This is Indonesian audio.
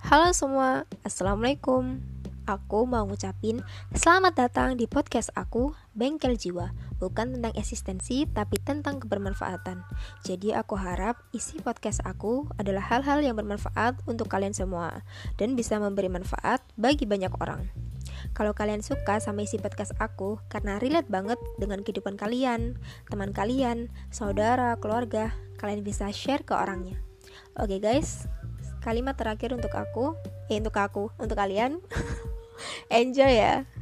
Halo semua, Assalamualaikum. Aku mau ngucapin selamat datang di podcast aku, Bengkel Jiwa. Bukan tentang eksistensi, tapi tentang kebermanfaatan. Jadi aku harap isi podcast aku adalah hal-hal yang bermanfaat untuk kalian semua dan bisa memberi manfaat bagi banyak orang. Kalau kalian suka sama isi podcast aku karena relate banget dengan kehidupan kalian, teman kalian, saudara, keluarga, kalian bisa share ke orangnya. Oke guys, kalimat terakhir untuk kalian. Enjoy ya.